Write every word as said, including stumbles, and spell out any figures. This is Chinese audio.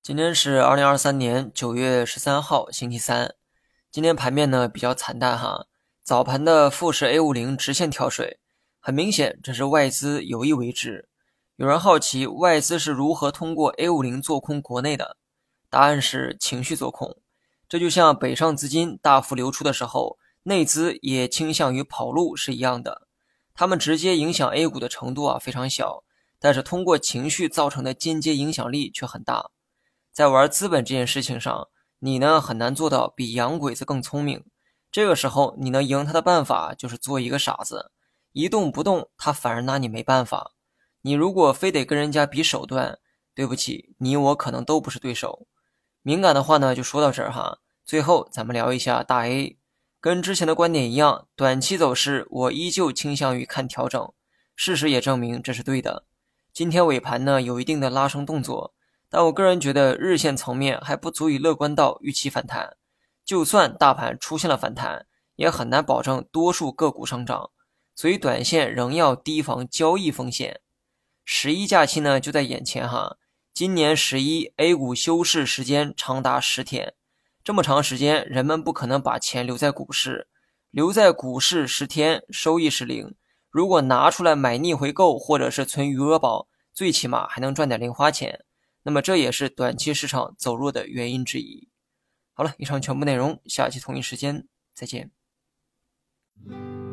今天是二零二三年九月十三号，星期三。今天盘面呢比较惨淡哈，早盘的富时 A 五十 直线跳水，很明显这是外资有意为之。有人好奇外资是如何通过 A 五十 做空国内的，答案是情绪做空。这就像北上资金大幅流出的时候，内资也倾向于跑路是一样的。他们直接影响 A 股的程度啊非常小，但是通过情绪造成的间接影响力却很大。在玩资本这件事情上，你呢很难做到比洋鬼子更聪明。这个时候你能赢他的办法就是做一个傻子，一动不动，他反而拿你没办法。你如果非得跟人家比手段，对不起，你我可能都不是对手。敏感的话呢就说到这儿哈。最后咱们聊一下大 A， 跟之前的观点一样，短期走势我依旧倾向于看调整，事实也证明这是对的。今天尾盘呢有一定的拉升动作，但我个人觉得日线层面还不足以乐观到预期反弹，就算大盘出现了反弹，也很难保证多数个股上涨，所以短线仍要提防交易风险。十一假期呢就在眼前哈，今年十一 A 股休市时间长达十天，这么长时间人们不可能把钱留在股市，留在股市十天收益是零，如果拿出来买逆回购或者是存余额宝，最起码还能赚点零花钱。那么这也是短期市场走弱的原因之一。好了，以上全部内容，下期同一时间再见。